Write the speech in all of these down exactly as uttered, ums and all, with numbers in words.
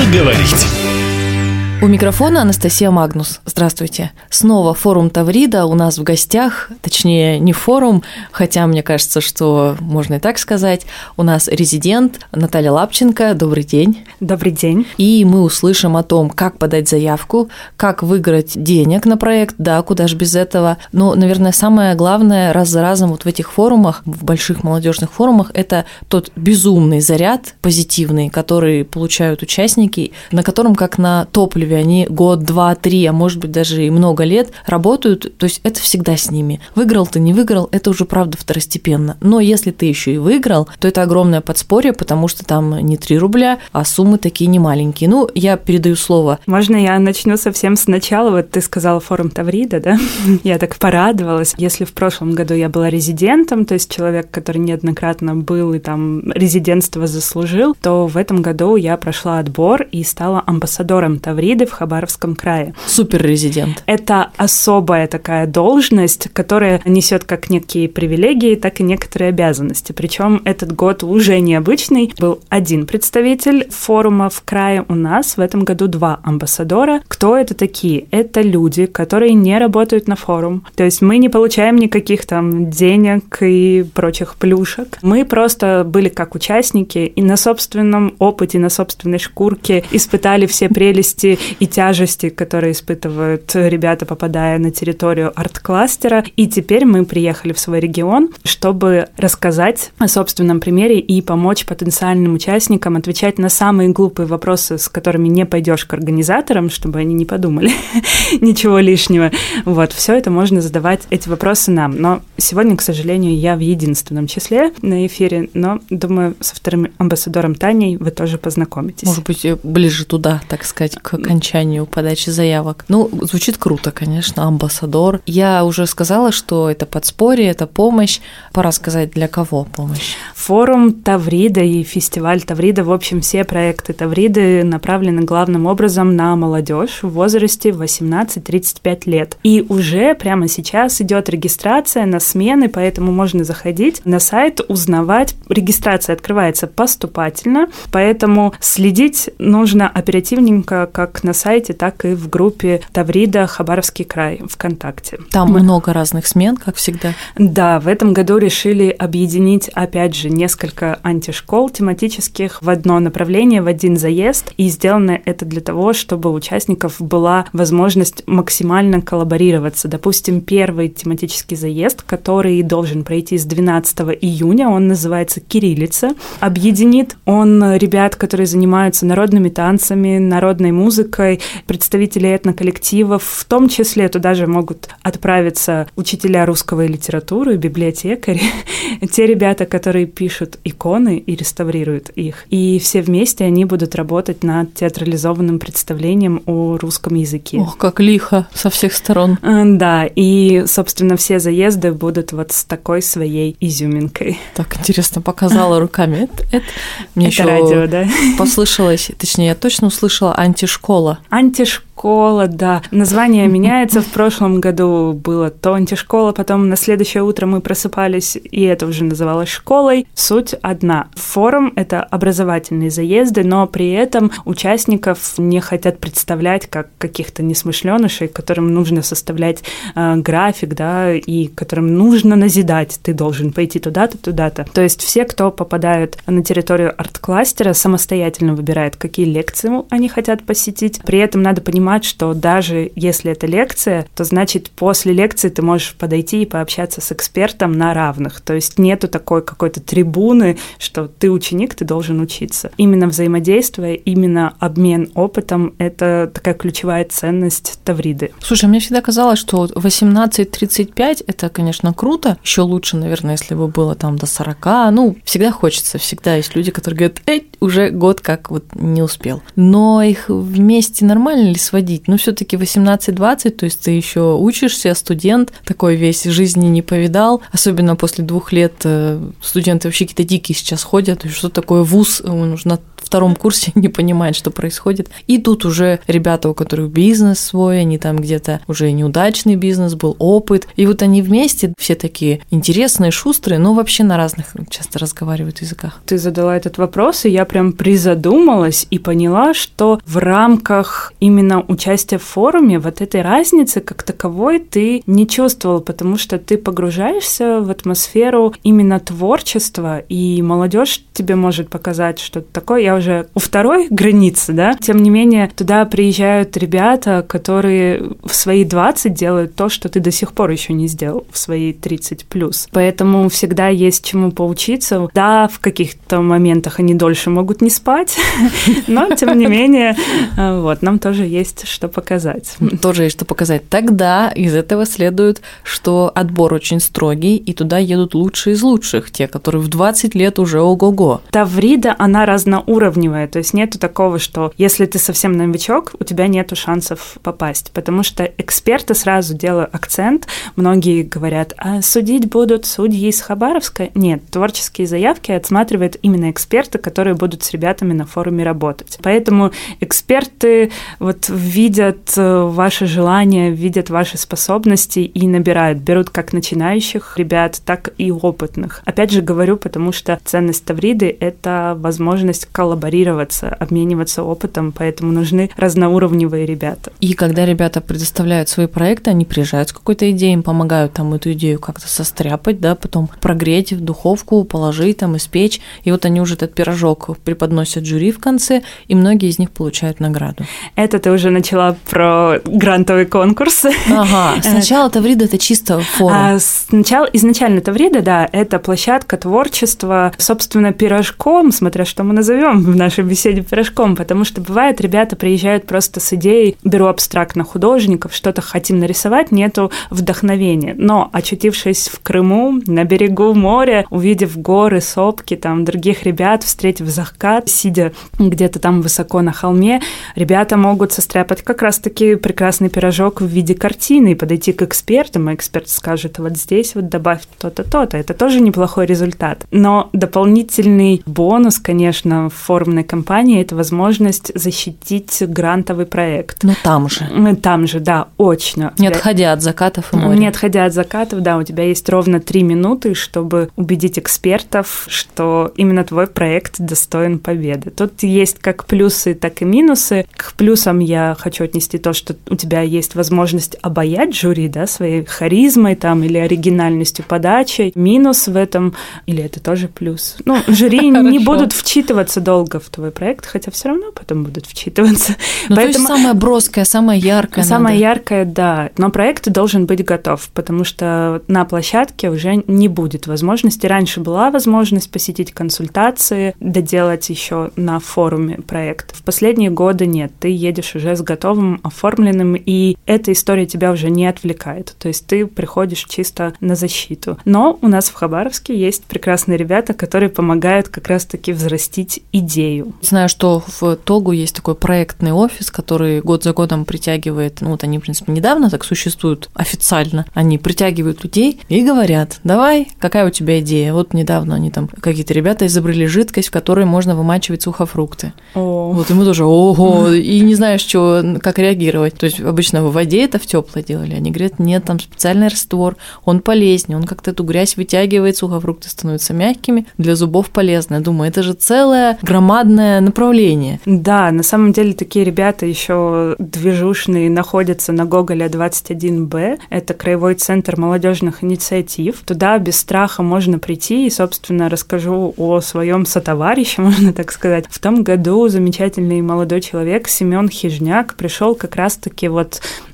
Поговорить. У микрофона Анастасия Магнус. Здравствуйте. Снова форум Таврида у нас в гостях, точнее, не форум, хотя мне кажется, что можно и так сказать. У нас резидент Наталья Лапченко. Добрый день. Добрый день. И мы услышим о том, как подать заявку, как выиграть денег на проект, да, куда же без этого. Но, наверное, самое главное раз за разом вот в этих форумах, в больших молодежных форумах, это тот безумный заряд позитивный, который получают участники, на котором как на топливе они год, два, три, а может быть даже и много лет работают, то есть это всегда с ними. Выиграл ты, не выиграл, это уже правда второстепенно. Но если ты еще и выиграл, то это огромное подспорье, потому что там не три рубля, а суммы такие не маленькие. Ну, я передаю слово. Можно я начну совсем сначала? Вот ты сказала форум Таврида, да? Я так порадовалась. Если в прошлом году я была резидентом, то есть человек, который неоднократно был и там резидентство заслужил, то в этом году я прошла отбор и стала амбассадором Тавриды в Хабаровском крае. Суперрезидент. Это особая такая должность, которая несет как некие привилегии, так и некоторые обязанности. Причем этот год уже необычный. Был один представитель форума в крае, у нас в этом году два амбассадора. Кто это такие? Это люди, которые не работают на форум. То есть мы не получаем никаких там денег и прочих плюшек. Мы просто были как участники и на собственном опыте, на собственной шкурке испытали все прелести и тяжести, которые испытывают ребята, попадая на территорию арт-кластера. И теперь мы приехали в свой регион, чтобы рассказать о собственном примере и помочь потенциальным участникам отвечать на самые глупые вопросы, с которыми не пойдешь к организаторам, чтобы они не подумали ничего лишнего. Вот, все это можно задавать, эти вопросы нам. Но сегодня, к сожалению, я в единственном числе на эфире, но, думаю, со вторым амбассадором Таней вы тоже познакомитесь. Может быть, ближе туда, так сказать, к окончанию подачи заявок. Ну, звучит круто, конечно, амбассадор. Я уже сказала, что это подспорье, это помощь. Пора сказать, для кого помощь. Форум Таврида и фестиваль Таврида, в общем, все проекты Тавриды направлены главным образом на молодежь в возрасте восемнадцать-тридцать пять лет. И уже прямо сейчас идет регистрация на смены, поэтому можно заходить на сайт, узнавать. Регистрация открывается поступательно, поэтому следить нужно оперативненько как на сайте, так и в группе Таврида Хабаровский край ВКонтакте. Там Мы... много разных смен, как всегда. Да, в этом году решили объединить, опять же, несколько антишкол тематических в одно направление, в один заезд. И сделано это для того, чтобы у участников была возможность максимально коллаборироваться. Допустим, первый тематический заезд, который должен пройти с двенадцатого июня, он называется «Кириллица», объединит он ребят, которые занимаются народными танцами, народной музыкой, представители этноколлективов, в том числе туда же могут отправиться учителя русского и литературы, библиотекари, те ребята, которые пишут иконы и реставрируют их. И все вместе они будут работать над театрализованным представлением о русском языке. Ох, как лихо со всех сторон. Да, и, собственно, все заезды будут вот с такой своей изюминкой. Так интересно показала руками. Это, это мне это еще радио, да? Послышалось, точнее, я точно услышала антишкола. Антишкола. Школа, да. Название меняется. В прошлом году было то антишкола, потом на следующее утро мы просыпались, и это уже называлось школой. Суть одна. Форум — это образовательные заезды, но при этом участников не хотят представлять как каких-то несмышленышей, которым нужно составлять э, график, да, и которым нужно назидать. Ты должен пойти туда-то, туда-то. То есть все, кто попадают на территорию арт-кластера, самостоятельно выбирают, какие лекции они хотят посетить. При этом надо понимать, что даже если это лекция, то значит после лекции ты можешь подойти и пообщаться с экспертом на равных. То есть нету такой какой-то трибуны, что ты ученик, ты должен учиться. Именно взаимодействие, именно обмен опытом — это такая ключевая ценность Тавриды. Слушай, мне всегда казалось, что восемнадцать тридцать пять — это, конечно, круто. Еще лучше, наверное, если бы было там до сорока. Ну, всегда хочется, всегда есть люди, которые говорят, эй, уже год как вот не успел. Но их вместе нормально ли сводить? разводить. Ну, все-таки восемнадцать-двадцать, то есть ты еще учишься, студент, такой весь жизни не повидал. Особенно после двух лет студенты вообще какие-то дикие сейчас ходят. Что такое вуз? Он уже на втором курсе не понимает, что происходит. И тут уже ребята, у которых бизнес свой, они там где-то уже неудачный бизнес был, опыт. И вот они вместе все такие интересные, шустрые, но вообще на разных часто разговаривают языках. Ты задала этот вопрос, и я прям призадумалась и поняла, что в рамках именно участия в форуме вот этой разницы как таковой ты не чувствовал, потому что ты погружаешься в атмосферу именно творчества, и молодежь тебе может показать что-то такое. Я уже у второй границы, да, тем не менее, туда приезжают ребята, которые в свои двадцать делают то, что ты до сих пор еще не сделал в свои тридцать плюс. Поэтому всегда есть чему поучиться. Да, в каких-то моментах они дольше могут не спать, но, тем не менее, вот, нам тоже есть что показать. Тоже есть что показать. Тогда из этого следует, что отбор очень строгий, и туда едут лучшие из лучших, те, которые в двадцать лет уже ого-го. Таврида, она разноуровневая, то есть нету такого, что если ты совсем новичок, у тебя нету шансов попасть, потому что эксперты, сразу делаю акцент, многие говорят, а судить будут судьи из Хабаровска? Нет, творческие заявки отсматривают именно эксперты, которые будут с ребятами на форуме работать. Поэтому эксперты вот видят ваши желания, видят ваши способности и набирают, берут как начинающих ребят, так и опытных. Опять же говорю, потому что ценность Тавриды — это возможность коллаборироваться, обмениваться опытом, поэтому нужны разноуровневые ребята. И когда ребята предоставляют свои проекты, они приезжают с какой-то идеей, им помогают там эту идею как-то состряпать, да, потом прогреть в духовку, положить, там, испечь, и вот они уже этот пирожок преподносят жюри в конце, и многие из них получают награду. Это ты уже начала про грантовый конкурс. Ага, сначала Таврида — это чисто форум. А сначала, изначально Таврида, да, это площадка творчества, собственно, пирожком, смотря что мы назовем в нашей беседе пирожком, потому что бывает, ребята приезжают просто с идеей, беру абстрактно художников, что-то хотим нарисовать, нету вдохновения. Но, очутившись в Крыму, на берегу моря, увидев горы, сопки, там, других ребят, встретив закат, сидя где-то там высоко на холме, ребята могут состряпать как раз-таки прекрасный пирожок в виде картины и подойти к экспертам, а эксперт скажет, вот здесь вот добавь то-то, то-то. Это тоже неплохой результат. Но дополнительный бонус, конечно, в форумной кампании — это возможность защитить грантовый проект. Ну, там же. Там же, да, очно. Не отходя от закатов и моря. Не отходя от закатов, да, у тебя есть ровно три минуты, чтобы убедить экспертов, что именно твой проект достоин победы. Тут есть как плюсы, так и минусы. К плюсам я хочу отнести то, что у тебя есть возможность обаять жюри, да, своей харизмой там или оригинальностью подачи. Минус в этом, или это тоже плюс? Ну, жюри не будут вчитываться долго в твой проект, хотя все равно потом будут вчитываться. Ну, то есть самое броское, самое яркое. Самое яркое, да. Но проект должен быть готов, потому что на площадке уже не будет возможности. Раньше была возможность посетить консультации, доделать еще на форуме проект. В последние годы нет. Ты едешь уже с готовым, оформленным, и эта история тебя уже не отвлекает. То есть ты приходишь чисто на защиту. Но у нас в Хабаровске есть прекрасные ребята, которые помогают как раз-таки взрастить идею. Знаю, что в Тогу есть такой проектный офис, который год за годом притягивает, ну вот они, в принципе, недавно так существуют официально, они притягивают людей и говорят, давай, какая у тебя идея? Вот недавно они там, какие-то ребята изобрели жидкость, в которой можно вымачивать сухофрукты. О. Вот ему тоже ого, и не знаешь, что, как реагировать. То есть обычно в воде это в теплое делали, они говорят, нет, там специальный раствор, он полезнее, он как-то эту грязь вытягивает, сухофрукты становятся мягкими, для зубов полезно. Я думаю, это же целое громадное направление. Да, на самом деле такие ребята еще движушные находятся на Гоголя двадцать один бэ. Это краевой центр молодежных инициатив. Туда без страха можно прийти, и, собственно, расскажу о своем сотоварище, можно так сказать. В том году замечательный молодой человек Семен Хижняк пришел как раз-таки вот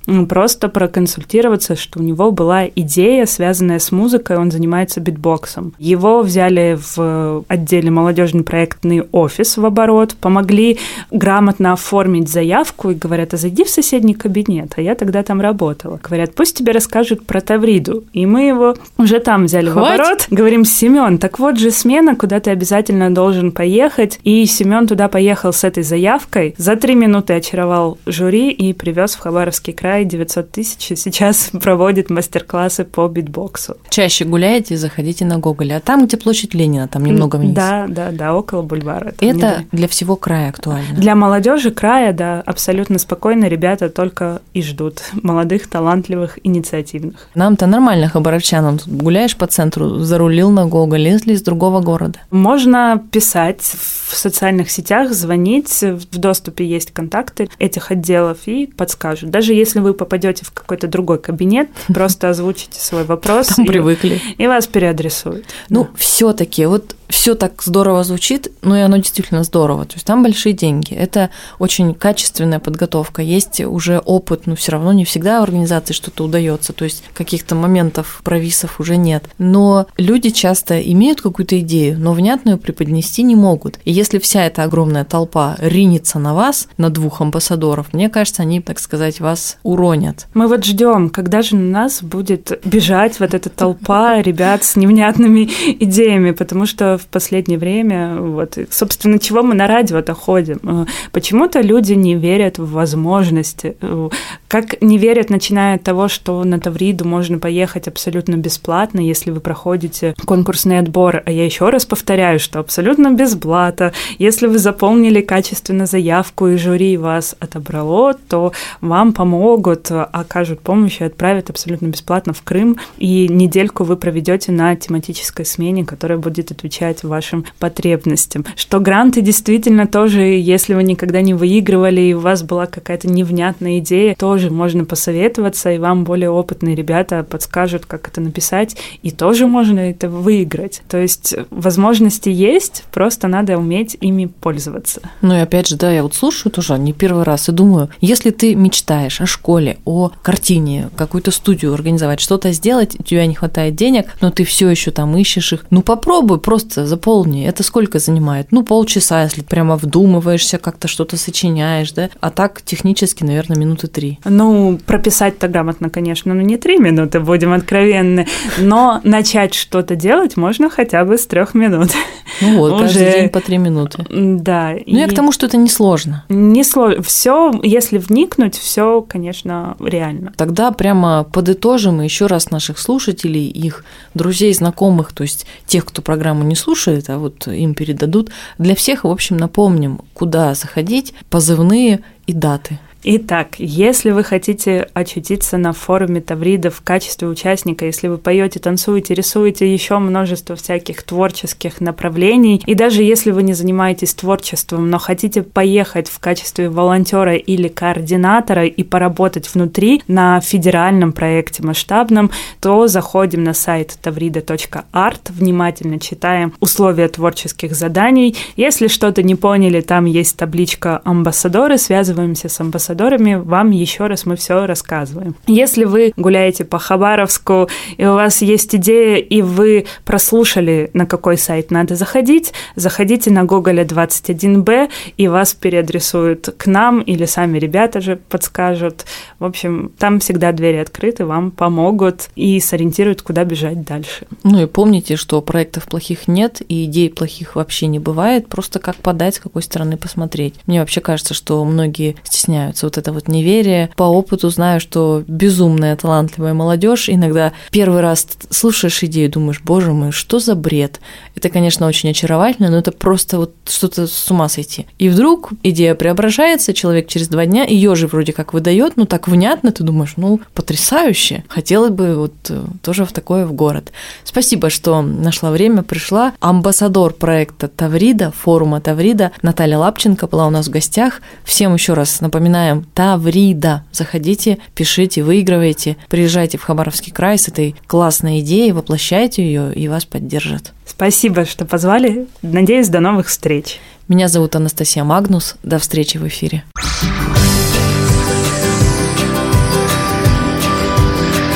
просто проконсультироваться, что у него была идея, связанная с музыкой, он занимается битбоксом. Его взяли в отделе молодежный проектный офис в оборот, помогли грамотно оформить заявку и говорят, а зайди в соседний кабинет, а я тогда там работала. Говорят, пусть тебе расскажут про Тавриду. И мы его уже там взяли Хватит. в оборот. Говорим, Семен, так вот же смена, куда ты обязательно должен поехать. И Семен туда поехал с этой заявкой, за три минуты очаровал жюри и привез в Хабаровский край девятьсот тысяч, и сейчас проводит мастер-классы по битбоксу. Чаще гуляете, заходите на Гоголя. А там, где площадь Ленина, там немного вниз. Да, да, да, около бульвара. Это недалеко. Для всего края актуально. Для молодежи края, да, абсолютно спокойно. Ребята только и ждут молодых, талантливых, инициативных. Нам-то нормально, хабаровчанам. Тут гуляешь по центру, зарулил на Гоголь, лезли из другого города. Можно писать в социальных сетях, звонить. В доступе есть контакты этих отделов и подскажут. Даже если вы попадете в какой-то другой кабинет, просто озвучите свой вопрос. Там привыкли. И вас переадресуют. Ну, все-таки вот все так здорово звучит, но и оно действительно здорово. То есть там большие деньги. Это очень качественная подготовка. Есть уже опыт, но все равно не всегда в организации что-то удается. То есть каких-то моментов, провисов уже нет. Но люди часто имеют какую-то идею, но внятную преподнести не могут. И если вся эта огромная толпа ринется на вас, на двух амбассадоров, мне кажется, они, так сказать, вас уронят. Мы вот ждем, когда же на нас будет бежать вот эта толпа ребят с невнятными идеями, потому что в последнее время, вот, собственно, чего мы на радио-то ходим? Почему-то люди не верят в возможности. Как не верят, начиная от того, что на Тавриду можно поехать абсолютно бесплатно, если вы проходите конкурсный отбор. А я еще раз повторяю, что абсолютно бесплатно. Если вы заполнили качественно заявку и жюри вас отобрало, то вам помогут, окажут помощь и отправят абсолютно бесплатно в Крым. И недельку вы проведете на тематической смене, которая будет отвечать вашим потребностям. Что гранты действительно тоже, если вы никогда не выигрывали и у вас была какая-то невнятная идея, тоже можно посоветоваться, и вам более опытные ребята подскажут, как это написать, и тоже можно это выиграть. То есть возможности есть, просто надо уметь ими пользоваться. Ну и опять же, да, я вот слушаю тоже не первый раз и думаю, если ты мечтаешь о школе, о картине, какую-то студию организовать, что-то сделать, у тебя не хватает денег, но ты все еще там ищешь их, ну попробуй просто заполни. Это сколько занимает? Ну, полчаса, если прямо вдумываешься, как-то что-то сочиняешь, да? А так технически, наверное, минуты три. Ну, прописать-то грамотно, конечно, ну не три минуты, будем откровенны, но начать что-то делать можно хотя бы с трех минут. Ну вот, каждый Уже... день по три минуты. Да. Ну, и... я к тому, что это несложно. Не сложно. Все, если вникнуть, все, конечно, реально. Тогда прямо подытожим еще раз наших слушателей, их друзей, знакомых, то есть тех, кто программу не слушает, а вот им передадут. Для всех, в общем, напомним, куда заходить, позывные и даты. Итак, если вы хотите очутиться на форуме Таврида в качестве участника, если вы поете, танцуете, рисуете, еще множество всяких творческих направлений, и даже если вы не занимаетесь творчеством, но хотите поехать в качестве волонтера или координатора и поработать внутри на федеральном проекте масштабном, то заходим на сайт таврида точка арт, внимательно читаем условия творческих заданий. Если что-то не поняли, там есть табличка «Амбассадоры», связываемся с амбассадорами, вам еще раз мы все рассказываем. Если вы гуляете по Хабаровску, и у вас есть идея, и вы прослушали, на какой сайт надо заходить, заходите на Гоголя двадцать один бэ, и вас переадресуют к нам, или сами ребята же подскажут. В общем, там всегда двери открыты, вам помогут и сориентируют, куда бежать дальше. Ну и помните, что проектов плохих нет, и идей плохих вообще не бывает, просто как подать, с какой стороны посмотреть. Мне вообще кажется, что многие стесняются. Вот это вот неверие. По опыту знаю, что безумная, талантливая молодежь иногда первый раз слушаешь идею, думаешь, боже мой, что за бред? Это, конечно, очень очаровательно, но это просто вот что-то с ума сойти. И вдруг идея преображается, человек через два дня ее же вроде как выдает, ну так внятно, ты думаешь, ну потрясающе. Хотела бы вот тоже в такое в город. Спасибо, что нашла время, пришла. Амбассадор проекта Таврида, форума Таврида, Наталья Лапченко была у нас в гостях. Всем еще раз напоминаем, Таврида. Заходите, пишите, выигрывайте, приезжайте в Хабаровский край с этой классной идеей, воплощайте ее, и вас поддержат. Спасибо, что позвали. Надеюсь, до новых встреч. Меня зовут Анастасия Магнус. До встречи в эфире.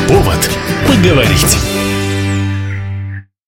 Повод поговорить.